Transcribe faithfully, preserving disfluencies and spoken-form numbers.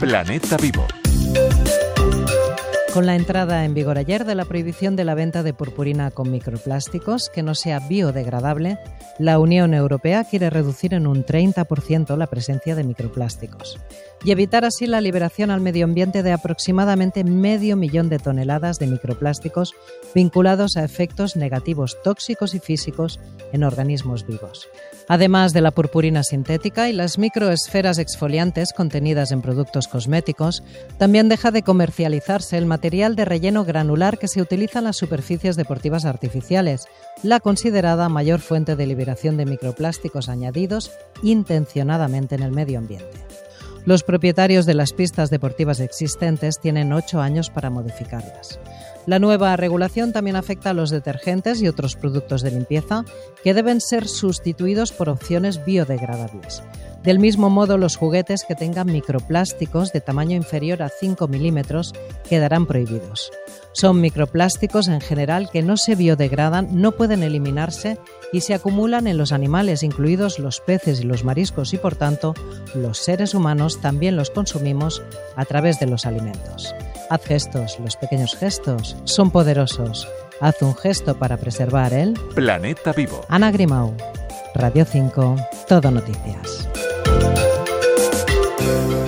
Planeta Vivo. Con la entrada en vigor ayer de la prohibición de la venta de purpurina con microplásticos que no sea biodegradable, la Unión Europea quiere reducir en un treinta por ciento la presencia de microplásticos y evitar así la liberación al medio ambiente de aproximadamente medio millón de toneladas de microplásticos vinculados a efectos negativos tóxicos y físicos en organismos vivos. Además de la purpurina sintética y las microesferas exfoliantes contenidas en productos cosméticos, también deja de comercializarse el material de relleno granular que se utiliza en las superficies deportivas artificiales, la considerada mayor fuente de liberación de microplásticos añadidos intencionadamente en el medio ambiente. Los propietarios de las pistas deportivas existentes tienen ocho años para modificarlas. La nueva regulación también afecta a los detergentes y otros productos de limpieza que deben ser sustituidos por opciones biodegradables. Del mismo modo, los juguetes que tengan microplásticos de tamaño inferior a cinco milímetros quedarán prohibidos. Son microplásticos en general que no se biodegradan, no pueden eliminarse y se acumulan en los animales, incluidos los peces y los mariscos, y por tanto, los seres humanos también los consumimos a través de los alimentos. Haz gestos, los pequeños gestos son poderosos. Haz un gesto para preservar el Planeta Vivo. Ana Grimau, Radio cinco, Todo Noticias.